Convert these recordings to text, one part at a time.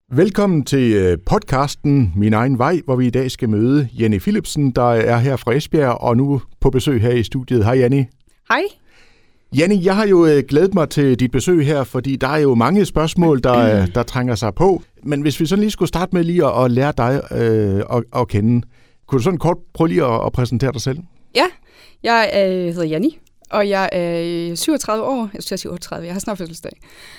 Velkommen til podcasten Min Egen Vej, hvor vi i dag skal møde Jenny Philipsen, der er her fra Esbjerg og nu på besøg her i studiet. Hej Jenny. Hej. Jenny, jeg har jo glædet mig til dit besøg her, fordi der er jo mange spørgsmål, der trænger sig på. Men hvis vi sådan lige skulle starte med lige at lære dig at kende, kunne du sådan kort prøve lige at præsentere dig selv? Ja, jeg hedder Jenny, og jeg er 37 år. Jeg synes, jeg er 37, jeg har snart fødselsdag.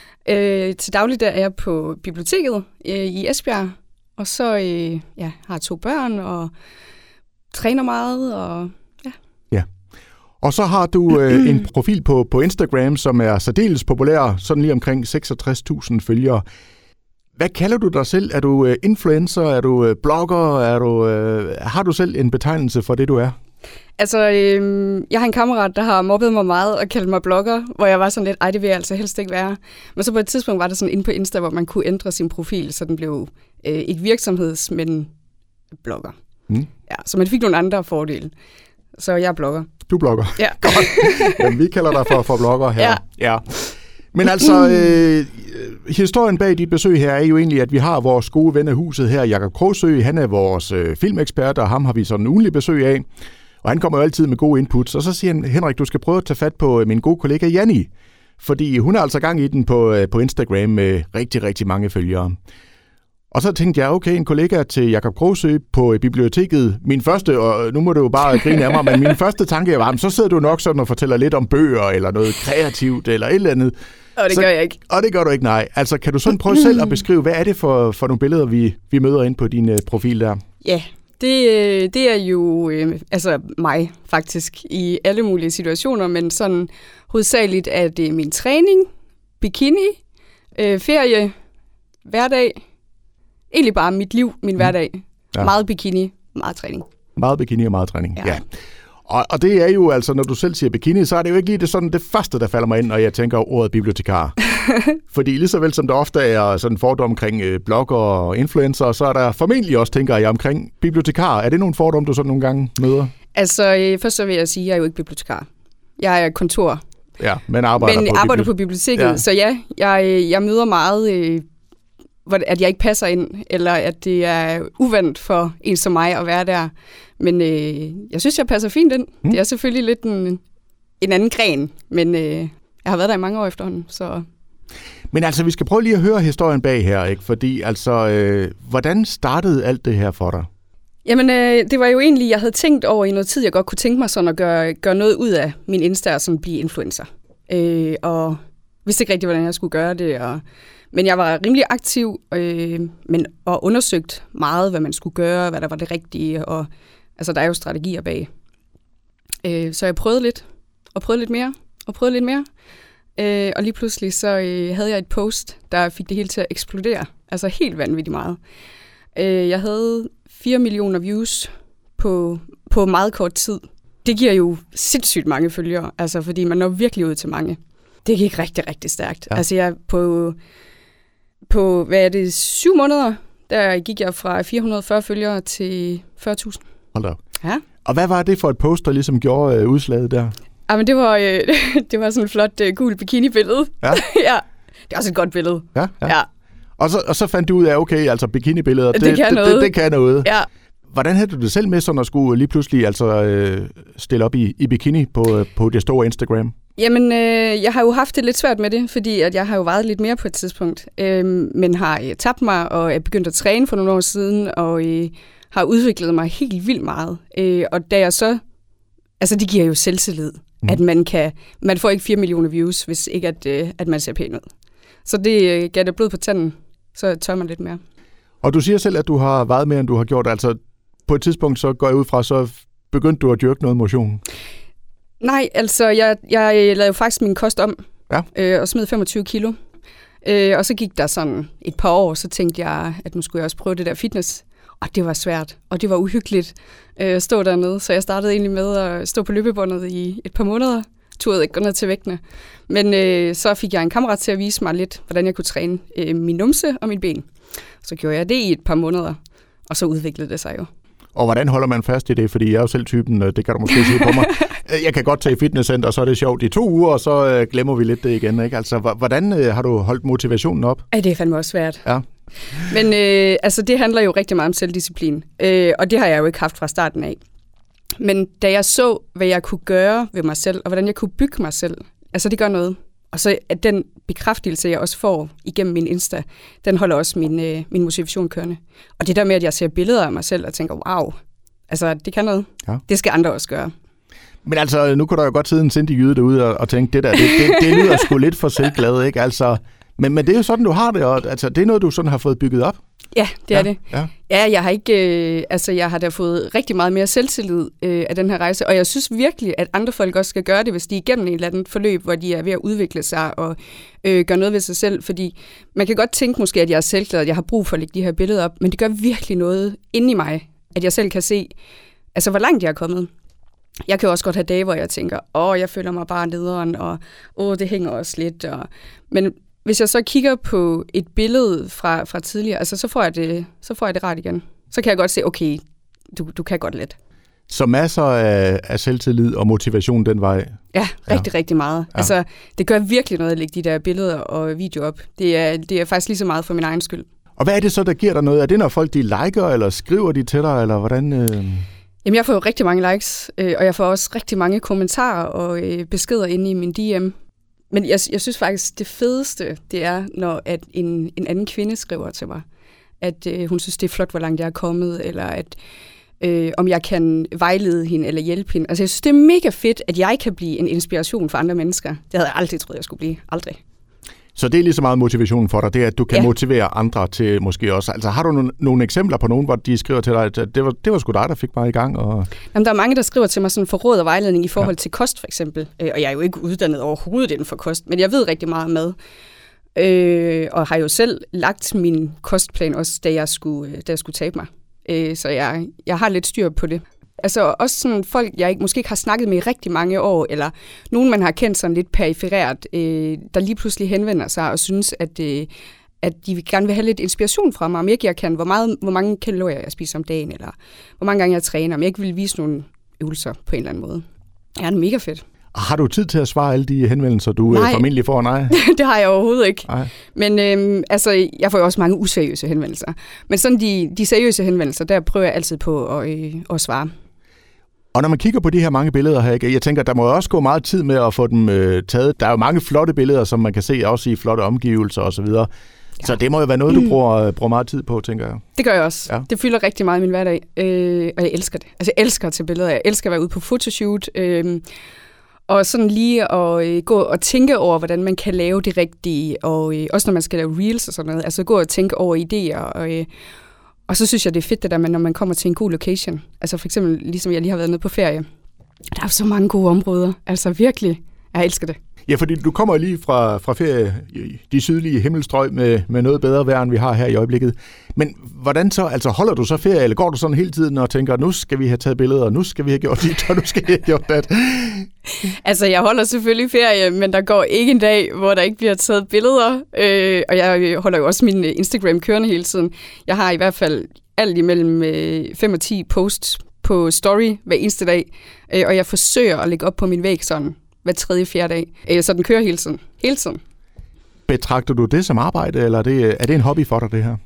Til daglig der er jeg på biblioteket i Esbjerg, og så har 2 børn og træner meget. Og, ja. Og så har du en profil på Instagram, som er særdeles populær, sådan lige omkring 66.000 følgere. Hvad kalder du dig selv? Er du influencer? Er du blogger? Har du selv en betegnelse for det, du er? Altså, jeg har en kammerat, der har mobbet mig meget og kaldt mig blogger, hvor jeg var sådan lidt, det vil jeg altså helst ikke være. Men så på et tidspunkt var der sådan inde på Insta, hvor man kunne ændre sin profil, så den blev ikke virksomheds, men blogger. Ja, så man fik nogle andre fordele. Så jeg er blogger. Du er blogger? Ja. Godt. Jamen, vi kalder dig for blogger her. Ja. Men altså, historien bag dit besøg her er jo egentlig, at vi har vores gode ven af huset her, Jakob Krogsøe. Han er vores filmekspert, og ham har vi sådan en ugenlig besøg af. Og han kommer jo altid med gode inputs. Og så siger han, Henrik, du skal prøve at tage fat på min gode kollega Jenny. Fordi hun er altså gang i den på Instagram med rigtig, rigtig mange følgere. Og så tænkte jeg, okay, en kollega til Jakob Krogsøe på biblioteket. Min første, og nu må du jo bare grine af mig, men min første tanke var, så sidder du nok sådan og fortæller lidt om bøger, eller noget kreativt, eller et eller andet. Og det gør jeg ikke. Og det gør du ikke, nej. Altså, kan du sådan prøve selv at beskrive, hvad er det for nogle billeder, vi møder ind på din profil der? Ja, det er jo mig faktisk i alle mulige situationer, men sådan hovedsageligt er det min træning, bikini, ferie, hverdag. Egentlig bare mit liv, min hverdag. Ja. Meget bikini, meget træning. Meget bikini og meget træning, ja. Og det er jo altså, når du selv siger bikini, så er det jo ikke lige det første, der falder mig ind, når jeg tænker ordet bibliotekar. Fordi lige så vel som der ofte er sådan en fordom omkring blogger og influencer, så er der formentlig også, tænker jeg, omkring bibliotekar. Er det nogle fordom, du sådan nogle gange møder? Altså, først så vil jeg sige, at jeg er jo ikke bibliotekar. Jeg er kontor. Ja, men arbejder på biblioteket. Ja. Så ja, jeg møder meget, at jeg ikke passer ind, eller at det er uvandt for en som mig at være der. Men jeg synes, jeg passer fint ind. Det er selvfølgelig lidt en anden gren, men jeg har været der i mange år efterhånden, så... Men altså, vi skal prøve lige at høre historien bag her, ikke? Fordi altså, hvordan startede alt det her for dig? Jamen, det var jo egentlig, jeg havde tænkt over i noget tid, jeg godt kunne tænke mig sådan at gøre noget ud af min Insta og sådan blive influencer. Og vidste ikke rigtig, hvordan jeg skulle gøre det, men jeg var rimelig aktiv, og undersøgt meget, hvad man skulle gøre, hvad der var det rigtige, og altså, der er jo strategier bag. Så jeg prøvede lidt, og prøvede lidt mere, og lige pludselig så havde jeg et post, der fik det hele til at eksplodere, altså helt vanvittigt meget. Jeg havde 4 millioner views på meget kort tid. Det giver jo sindssygt mange følgere, altså fordi man når virkelig ud til mange. Det gik rigtig, rigtig stærkt. Ja. Altså jeg på 7 måneder, der gik jeg fra 440 følgere til 40.000. Hold da. Ja. Og hvad var det for et post, der ligesom gjorde udslaget der? Ja, men det var sådan et flot gul bikini-billede. Ja. Ja. Det er også et godt billede. Ja. Og så fandt du ud af, okay, altså bikini-billeder, det kan noget. Ja. Hvordan havde du det selv med, sådan at skulle lige pludselig stille op i bikini på det store Instagram? Jamen, jeg har jo haft det lidt svært med det, fordi at jeg har jo vejet lidt mere på et tidspunkt, men har tabt mig og er begyndt at træne for nogle år siden, og har udviklet mig helt vildt meget. Og da jeg så... Altså, det giver jo selvtillid, at man får ikke 4 millioner views, hvis ikke at man ser pæn ud. Så det gav det blod på tanden, så tør man lidt mere. Og du siger selv, at du har vejet mere, end du har gjort. Altså, på et tidspunkt, så går jeg ud fra, så begyndte du at dyrke noget motion. Nej, altså, jeg lavede jo faktisk min kost om, og smed 25 kilo. Og så gik der sådan et par år, så tænkte jeg, at nu skulle jeg også prøve det der fitness. Og det var svært, og det var uhyggeligt at stå dernede. Så jeg startede egentlig med at stå på løbebåndet i et par måneder. Turede ikke gå ned til vægtene. Men så fik jeg en kammerat til at vise mig lidt, hvordan jeg kunne træne min numse og min ben. Så gjorde jeg det i et par måneder, og så udviklede det sig jo. Og hvordan holder man fast i det? Fordi jeg er jo selv typen, det kan du måske sige på mig. Jeg kan godt tage i fitnesscenter, og så er det sjovt i 2 uger, og så glemmer vi lidt det igen. Ikke? Altså, hvordan har du holdt motivationen op? Det er fandme også svært. Ja. Men altså, det handler jo rigtig meget om selvdisciplin, og det har jeg jo ikke haft fra starten af. Men da jeg så, hvad jeg kunne gøre ved mig selv, og hvordan jeg kunne bygge mig selv, altså det gør noget. Og så at den bekræftelse, jeg også får igennem min Insta, den holder også min motivation kørende. Og det der med, at jeg ser billeder af mig selv og tænker, wow, altså det kan noget. Ja. Det skal andre også gøre. Men altså, nu kunne der jo godt sidde en sindig jyde derude og tænke, det lyder sgu lidt for selvglad, ikke? Altså, men det er jo sådan, du har det, og altså, det er noget, du sådan har fået bygget op. Ja, det er det. Ja, jeg har ikke, jeg har da fået rigtig meget mere selvtillid af den her rejse, og jeg synes virkelig, at andre folk også skal gøre det, hvis de er igennem et eller andet forløb, hvor de er ved at udvikle sig og gøre noget ved sig selv, fordi man kan godt tænke måske, at jeg er selvglad, at jeg har brug for at lægge de her billeder op, men det gør virkelig noget inde i mig, at jeg selv kan se, altså hvor langt jeg er kommet. Jeg kan også godt have dage, hvor jeg tænker, jeg føler mig bare nederen, og det hænger også lidt, men hvis jeg så kigger på et billede fra tidligere, altså så får jeg det rart igen. Så kan jeg godt se, okay, du kan godt lidt. Så masser af selvtillid og motivation den vej? Ja, rigtig meget. Ja. Altså, det gør virkelig noget at lægge de der billeder og videoer op. Det er faktisk lige så meget for min egen skyld. Og hvad er det så, der giver dig noget? Er det, når folk de liker, eller skriver de til dig, eller hvordan? Jamen, jeg får jo rigtig mange likes, og jeg får også rigtig mange kommentarer og beskeder inde i min DM. Men jeg synes faktisk, det fedeste, det er, når at en anden kvinde skriver til mig, at hun synes, det er flot, hvor langt jeg er kommet, eller at om jeg kan vejlede hende eller hjælpe hende. Altså, jeg synes, det er mega fedt, at jeg kan blive en inspiration for andre mennesker. Det havde jeg aldrig troet, jeg skulle blive. Aldrig. Så det er lige så meget motivationen for dig, det er, at du kan motivere andre til måske også. Altså, har du nogle eksempler på nogen, hvor de skriver til dig, at det var sgu dig, der fik mig i gang? Og... Jamen, der er mange, der skriver til mig sådan for råd og vejledning i forhold til kost, for eksempel. Og jeg er jo ikke uddannet overhovedet inden for kost, men jeg ved rigtig meget mad. Og har jo selv lagt min kostplan også, da jeg skulle tabe mig. Så jeg har lidt styr på det. Altså også sådan folk, jeg måske ikke har snakket med i rigtig mange år, eller nogen, man har kendt sådan lidt perifereret, der lige pludselig henvender sig og synes, at de gerne vil have lidt inspiration fra mig, om ikke jeg kan, hvor mange kalorier jeg spiser om dagen, eller hvor mange gange jeg træner, om jeg ikke vil vise nogle øvelser på en eller anden måde. Ja, det er mega fedt. Har du tid til at svare alle de henvendelser, du formentlig får? Nej, det har jeg overhovedet ikke. Nej. Men jeg får jo også mange useriøse henvendelser. Men sådan de seriøse henvendelser, der prøver jeg altid på at svare. Og når man kigger på de her mange billeder her, jeg tænker, der må også gå meget tid med at få dem taget. Der er jo mange flotte billeder, som man kan se også i flotte omgivelser osv. Ja. Så det må jo være noget, du bruger meget tid på, tænker jeg. Det gør jeg også. Ja. Det fylder rigtig meget i min hverdag, og jeg elsker det. Altså, jeg elsker at tage billeder. Jeg elsker at være ude på fotoshoot, og sådan lige at gå og tænke over, hvordan man kan lave det rigtige, og også når man skal lave reels og sådan noget. Altså gå og tænke over idéer, og så synes jeg, det er fedt det der med, når man kommer til en god location. Altså for eksempel, ligesom jeg lige har været nede på ferie. Der er så mange gode områder. Altså virkelig. Jeg elsker det. Ja, fordi du kommer lige fra ferie i de sydlige himmelstrøg med noget bedre vejr, end vi har her i øjeblikket. Men hvordan så? Altså holder du så ferie, eller går du sådan hele tiden og tænker, nu skal vi have taget billeder, og nu skal vi have gjort dit, og nu skal vi have gjort det? Altså, jeg holder selvfølgelig ferie, men der går ikke en dag, hvor der ikke bliver taget billeder. Og jeg holder jo også min Instagram kørende hele tiden. Jeg har i hvert fald alt imellem 5 og 10 posts på story hver eneste dag. Og jeg forsøger at lægge op på min væg sådan hver 3. 4. dag. Så den kører hele tiden. Hele tiden. Betragter du det som arbejde, eller er det en hobby for dig, det her?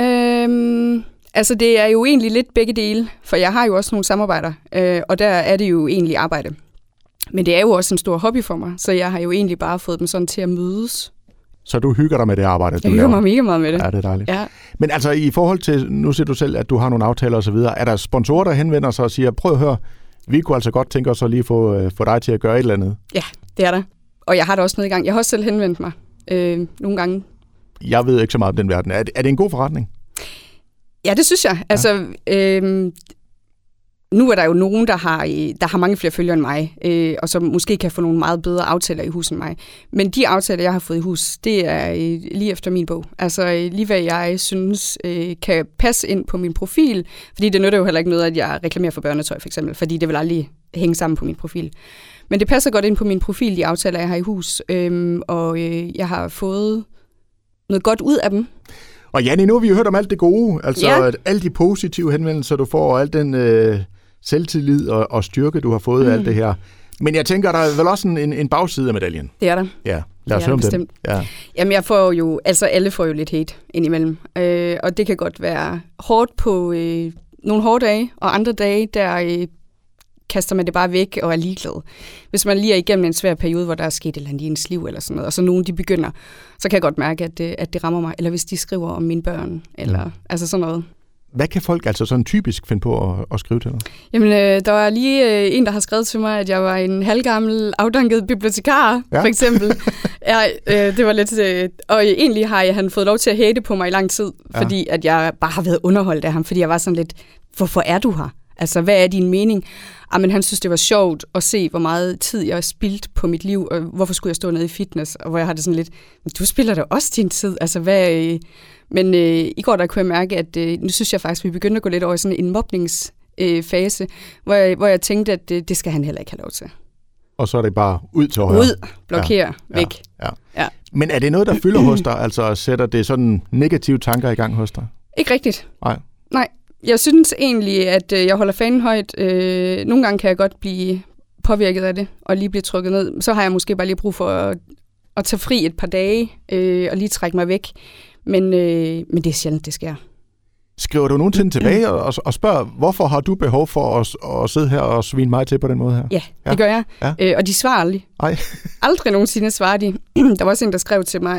Altså, det er jo egentlig lidt begge dele, for jeg har jo også nogle samarbejder, og der er det jo egentlig arbejde. Men det er jo også en stor hobby for mig, så jeg har jo egentlig bare fået dem sådan til at mødes. Så du hygger dig med det arbejde, du laver? Jeg hygger mig mega meget med det. Ja, det er dejligt. Ja. Men altså, i forhold til, nu siger du selv, at du har nogle aftaler osv., er der sponsorer, der henvender sig og siger, prøv at høre, vi kunne altså godt tænke os at lige få dig til at gøre et eller andet? Ja, det er der. Og jeg har da også noget i gang. Jeg har også selv henvendt mig nogle gange. Jeg ved ikke så meget om den verden. Er det en god forretning? Ja, det synes jeg. Altså, nu er der jo nogen, der har mange flere følgere end mig, og som måske kan få nogle meget bedre aftaler i hus end mig. Men de aftaler, jeg har fået i hus, det er lige efter min bog. Altså lige hvad jeg synes kan passe ind på min profil, fordi det nytter jo heller ikke noget, at jeg reklamerer for børnetøj for eksempel, fordi det vil aldrig hænge sammen på min profil. Men det passer godt ind på min profil, de aftaler, jeg har i hus, og jeg har fået noget godt ud af dem. Og Janni, nu har vi jo hørt om alt det gode, altså alle de positive henvendelser, du får, og al den selvtillid og styrke, du har fået af alt det her. Men jeg tænker, der er vel også en bagside af medaljen? Det er der. Ja. Lad os høre om den. Ja. Jamen, jeg får jo, altså alle får jo lidt hate indimellem. Og det kan godt være hårdt på nogle hårde dage, og andre dage, der kaster man det bare væk og er ligeglad. Hvis man lige er igennem en svær periode, hvor der er sket et eller andet i ens liv, eller sådan noget, og så nogen de begynder, så kan jeg godt mærke, at det rammer mig. Eller hvis de skriver om mine børn, eller altså sådan noget. Hvad kan folk altså sådan typisk finde på at skrive til dig? Jamen, der var lige en, der har skrevet til mig, at jeg var en halvgammel, afdanket bibliotekar, for eksempel. Det var lidt... og egentlig har han fået lov til at hate på mig i lang tid, fordi at jeg bare har været underholdt af ham, fordi jeg var sådan lidt, hvorfor er du her? Altså, hvad er din mening? Men han synes, det var sjovt at se, hvor meget tid jeg har spildt på mit liv, og hvorfor skulle jeg stå nede i fitness, og hvor jeg har det sådan lidt, du spiller da også din tid, altså hvad... Men i går der kunne jeg mærke, at nu synes jeg faktisk, at vi begyndte at gå lidt over i sådan en mobningsfase, hvor jeg tænkte, at det skal han heller ikke have lov til. Og så er det bare ud til højre? Ud, blokere, væk. Ja. Men er det noget, der fylder hos dig? Altså sætter det sådan negative tanker i gang hos dig? Ikke rigtigt. Nej. Jeg synes egentlig, at jeg holder fanen højt. Nogle gange kan jeg godt blive påvirket af det, og lige blive trykket ned. Så har jeg måske bare lige brug for at tage fri et par dage, og lige trække mig væk. Men det er sjældent, det sker. Skriver du nogensinde tilbage og spørger, hvorfor har du behov for at sidde her og svine mig til på den måde her? Ja, det gør jeg. Ja. Og de svarer aldrig. Aldrig nogensinde svarer de. Der var også en, der skrev til mig,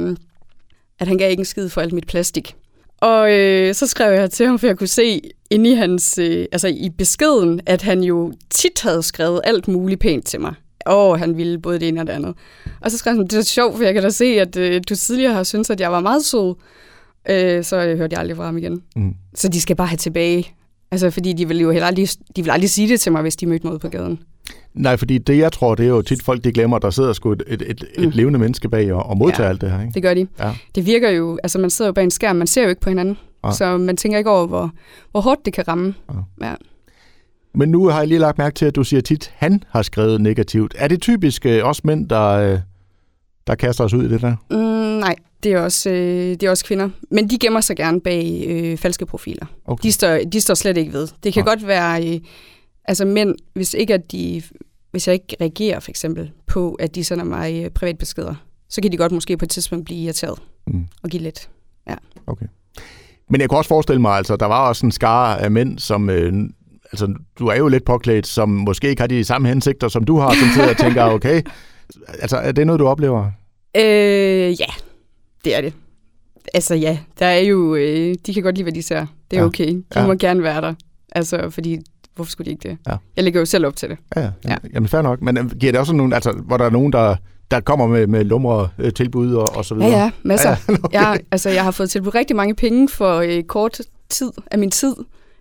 at han gav ikke en skid for alt mit plastik. Og så skrev jeg til ham, for jeg kunne se inde i hans, i beskeden, at han jo tit havde skrevet alt muligt pænt til mig. Han ville både det ene og det andet. Og så skrev han, det er sjovt, for jeg kan da se, at du tidligere har syntes, at jeg var meget sød. Så hørte jeg aldrig fra ham igen. Så de skal bare have tilbage. Altså, fordi de vil jo aldrig sige det til mig, hvis de mødte mig ude på gaden. Nej, fordi det, jeg tror, det er jo tit folk, de glemmer, der sidder sgu et levende menneske bag og modtager alt det her. Ikke? Det gør de. Ja. Det virker jo, altså man sidder jo bag en skærm, man ser jo ikke på hinanden. Så man tænker ikke over, hvor hårdt det kan ramme. Ja. Men nu har jeg lige lagt mærke til, at du siger tit, han har skrevet negativt. Er det typisk også mænd, der kaster os ud i det der? Nej, det er også kvinder. Men de gemmer sig gerne bag falske profiler. Okay. De står slet ikke ved. Det kan godt være mænd, hvis jeg ikke reagerer for eksempel på, at de sender mig privatbeskeder, så kan de godt måske på et tidspunkt blive irriteret og give lidt. Ja. Okay. Men jeg kan også forestille mig, altså, der var også en skare af mænd, som... du er jo lidt påklædt, som måske ikke har de samme hensigter, som du har, som sidder og tænker, okay, altså er det noget, du oplever? Ja, det er det. Altså ja, der er jo, de kan godt lide, hvad de ser. Det er okay. De må gerne være der. Altså, fordi, hvorfor skulle de ikke det? Ja. Jeg lægger jo selv op til det. Ja. Jamen fair nok. Men giver det også nogen, altså, hvor der er nogen, der kommer med lumre tilbud og så videre? Ja, masser. Okay. Jeg har fået tilbudt rigtig mange penge for kort tid af min tid.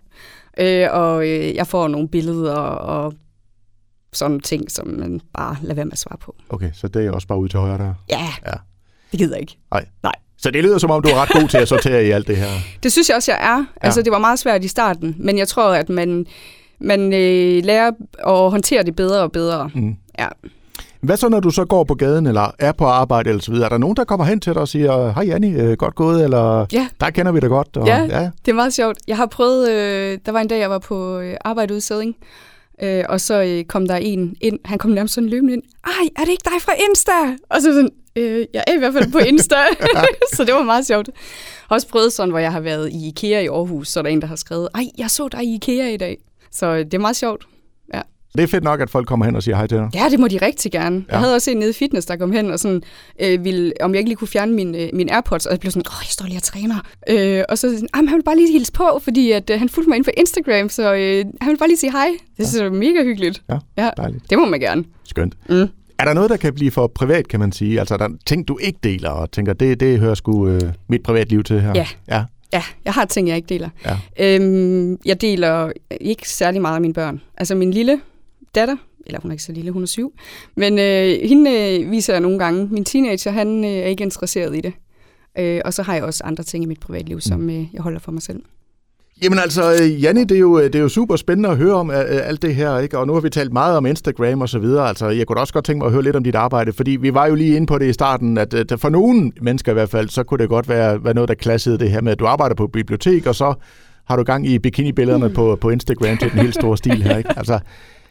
Og jeg får nogle billeder og sådan ting, som man bare lader være med at svare på. Okay, så det er også bare ud til højre der? Ja. Det gider jeg ikke. Nej. Så det lyder som om, du er ret god til at sortere i alt det her? Det synes jeg også, jeg er. Altså, det var meget svært i starten, men jeg tror, at man lærer at håndtere det bedre og bedre. Ja. Hvad så, når du så går på gaden, eller er på arbejde, eller så videre? Er der nogen, der kommer hen til dig og siger, hej Janni, godt gået, eller der kender vi dig godt? Og, ja, det er meget sjovt. Jeg har prøvet, der var en dag, jeg var på arbejde ude i Sædding, og så kom der en ind, han kom nærmest sådan løbende ind, ej, er det ikke dig fra Insta? Og så sådan, jeg er i hvert fald på Insta, så det var meget sjovt. Jeg har også prøvet sådan, hvor jeg har været i IKEA i Aarhus, så er der en, der har skrevet, ej, jeg så dig i IKEA i dag. Så det er meget sjovt. Ja. Det er fedt nok, at folk kommer hen og siger hej til dig. Ja, det må de rigtig gerne. Ja. Jeg havde også en nede i fitness, der kom hen og sådan, om jeg ikke lige kunne fjerne min AirPods, og jeg blev sådan, jeg står lige og træner. Og så sådan, han vil bare lige hilse på, fordi at, han fulgte mig ind på Instagram, så han vil bare lige sige hej. Det synes jeg er mega hyggeligt. Ja, dejligt. Det må man gerne. Skønt. Er der noget, der kan blive for privat, kan man sige? Altså, der er ting, du ikke deler, og tænker, det hører sgu mit privatliv til her? Ja, jeg har ting, jeg ikke deler. Ja. Jeg deler ikke særlig meget af mine børn. Altså, min lille datter, eller hun er ikke så lille, hun er 7, men hende viser jeg nogle gange. Min teenager, han er ikke interesseret i det. Og så har jeg også andre ting i mit privatliv, som jeg holder for mig selv. Jamen altså, Janni, det er jo super spændende at høre om alt det her, ikke? Og nu har vi talt meget om Instagram og så videre. Altså, jeg kunne også godt tænke mig at høre lidt om dit arbejde, fordi vi var jo lige inde på det i starten, at for nogle mennesker i hvert fald, så kunne det godt være noget, der klassede det her med, at du arbejder på bibliotek, og så har du gang i bikini-billederne på Instagram til den helt store stil her, ikke? Altså,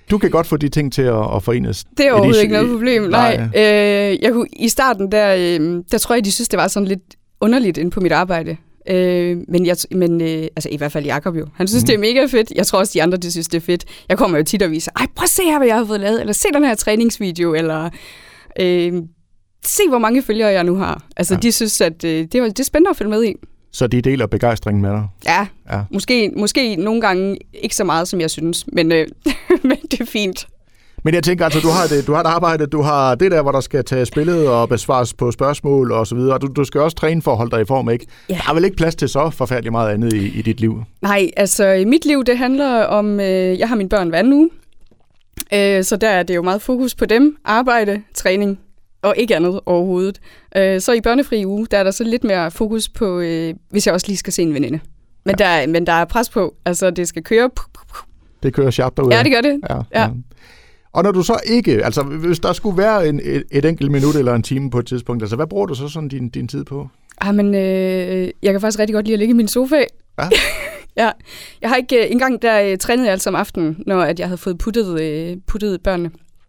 Du kan godt få de ting til at forenes. Det er overhovedet ikke noget problem, nej. Jeg kunne, i starten, der tror jeg, de synes, det var sådan lidt underligt inde på mit arbejde. Men altså i hvert fald Jacob jo. Han synes, det er mega fedt. Jeg tror også, de andre, de synes, det er fedt. Jeg kommer jo tit og viser, prøv at se her, hvad jeg har fået lavet, eller se den her træningsvideo, eller se, hvor mange følgere jeg nu har. Altså, de synes, at det er spændende at følge med i. Så de deler begejstringen med dig? Ja. Måske nogle gange ikke så meget, som jeg synes, men det er fint. Men jeg tænker altså, du har et arbejde, du har det der, hvor der skal tages billeder og besvares på spørgsmål og så videre. Du skal også træne for at holde dig i form, ikke? Ja. Der er vel ikke plads til så forfærdeligt meget andet i dit liv? Nej, altså i mit liv, det handler om, jeg har mine børn hver anden uge, så der er det jo meget fokus på dem, arbejde, træning og ikke andet overhovedet. Så i børnefri uge, der er der så lidt mere fokus på, hvis jeg også lige skal se en veninde. Men der er pres på, altså det skal køre. Det kører sharpt derude. Ja, det gør det. Ja. Og når du så ikke, altså hvis der skulle være et enkelt minut eller en time på et tidspunkt, altså hvad bruger du så sådan din tid på? Men jeg kan faktisk rigtig godt lide at ligge i min sofa. Ja? Ja. Jeg har ikke engang, der trænede jeg altså om aftenen, når at jeg havde fået puttet børnene.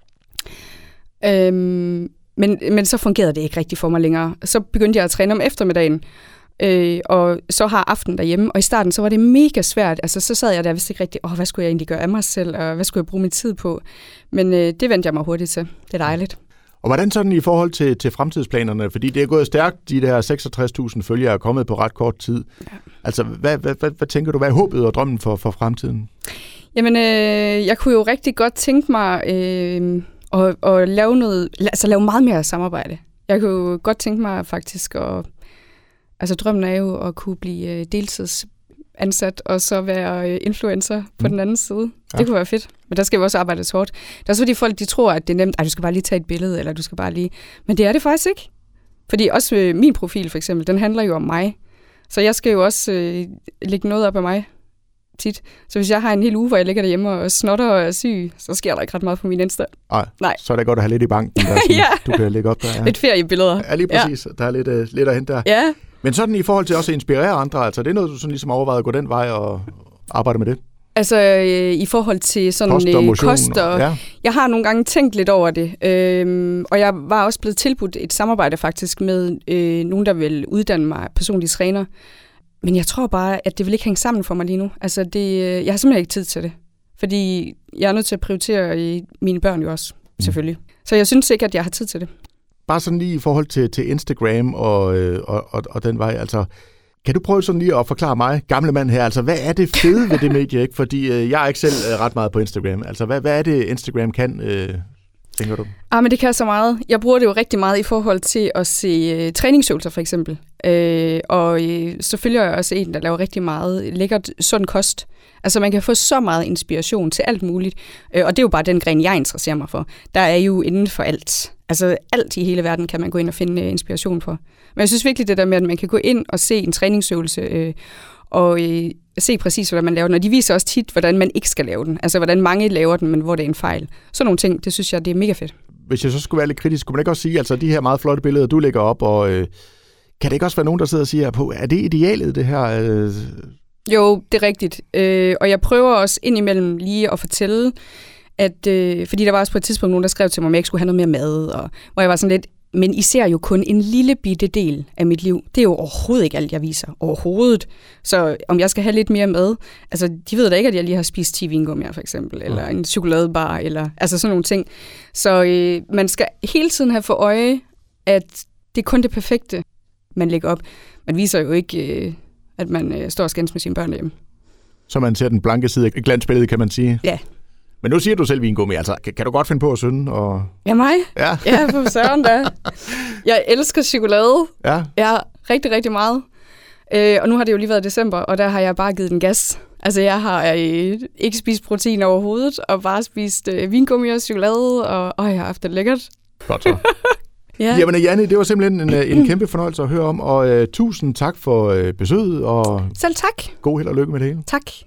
Men så fungerede det ikke rigtig for mig længere. Så begyndte jeg at træne om eftermiddagen, og så har aften derhjemme, og i starten så var det mega svært. Altså så sad jeg der og vidste ikke rigtigt, hvad skulle jeg egentlig gøre af mig selv, og hvad skulle jeg bruge min tid på? Men det vendte jeg mig hurtigt til. Det er dejligt. Og hvordan sådan i forhold til fremtidsplanerne? Fordi det er gået stærkt, de der 66.000 følgere er kommet på ret kort tid. Ja. Altså hvad tænker du, hvad er håbet og drømmen for fremtiden? Jamen, jeg kunne jo rigtig godt tænke mig at lave noget, altså lave meget mere samarbejde. Jeg kunne jo godt tænke mig faktisk altså drømmen er jo at kunne blive deltidsansat og så være influencer på den anden side. Ja. Det kunne være fedt, men der skal vi også arbejde hårdt. Der er også fordi folk, de tror, at det er nemt, du skal bare lige tage et billede, eller du skal bare lige... Men det er det faktisk ikke. Fordi også min profil for eksempel, den handler jo om mig. Så jeg skal jo også lægge noget op af mig tit. Så hvis jeg har en hel uge, hvor jeg ligger derhjemme og snotter og er syg, så sker der ikke ret meget på min Insta. Nej. Så er det godt at have lidt i banken, der, ja. Du kan lægge op der. Ja. Lidt feriebilleder. Ja, lige præcis. Ja. Der er lidt at hente der. Ja. Men sådan i forhold til også at inspirere andre, altså det er noget, du sådan ligesom overvejet at gå den vej og arbejde med det? Altså i forhold til sådan kost og ja. Jeg har nogle gange tænkt lidt over det, og jeg var også blevet tilbudt et samarbejde faktisk med nogen, der vil uddanne mig personlig træner. Men jeg tror bare, at det vil ikke hænge sammen for mig lige nu. Altså jeg har simpelthen ikke tid til det, fordi jeg er nødt til at prioritere mine børn jo også, selvfølgelig. Så jeg synes ikke, at jeg har tid til det. Bare sådan lige i forhold til Instagram og den vej, altså kan du prøve sådan lige at forklare mig, gamle mand her, altså hvad er det fede ved det medie, ikke? Fordi jeg er ikke selv ret meget på Instagram. Altså hvad er det, Instagram kan, tænker du? Men det kan så meget. Jeg bruger det jo rigtig meget i forhold til at se træningsøvelser for eksempel. Og så følger jeg også en, der laver rigtig meget lækkert sund kost. Altså man kan få så meget inspiration til alt muligt. Og det er jo bare den gren, jeg interesserer mig for. Der er jo inden for alt. Altså alt i hele verden kan man gå ind og finde inspiration for. Men jeg synes virkelig det der med, at man kan gå ind og se en træningsøvelse og se præcis, hvordan man laver den. Og de viser også tit, hvordan man ikke skal lave den. Altså hvordan mange laver den, men hvor det er en fejl. Sådan nogle ting, det synes jeg, det er mega fedt. Hvis jeg så skulle være lidt kritisk, kunne man ikke også sige, altså de her meget flotte billeder, du lægger op, og kan det ikke også være nogen, der sidder og siger på, er det idealet, det her? Jo, det er rigtigt. Og jeg prøver også indimellem lige at fortælle, at, fordi der var også på et tidspunkt nogen, der skrev til mig, om jeg ikke skulle have noget mere mad, og hvor jeg var sådan lidt, men I ser jo kun en lille bitte del af mit liv. Det er jo overhovedet ikke alt, jeg viser. Overhovedet. Så om jeg skal have lidt mere mad, altså de ved da ikke, at jeg lige har spist 10 vingummier for eksempel, eller en chokoladebar, eller altså sådan nogle ting. Så man skal hele tiden have for øje, at det er kun det perfekte, man lægger op. Man viser jo ikke, at man står og skændes med sine børn hjemme. Så man ser den blanke side af glansbilledet, kan man sige? Ja. Men nu siger du selv vingummi, altså kan du godt finde på at synde? Ja, mig? Ja, for søren da. Jeg elsker chokolade. Ja. Ja, rigtig, rigtig meget. Og nu har det jo lige været december, og der har jeg bare givet den gas. Altså jeg har ikke spist protein overhovedet, og bare spist vingummi og chokolade, og jeg har haft det lækkert. Godt så. Ja. Jamen Janne, det var simpelthen en kæmpe fornøjelse at høre om, og tusind tak for besøget. Og selv tak. God held og lykke med det hele. Tak.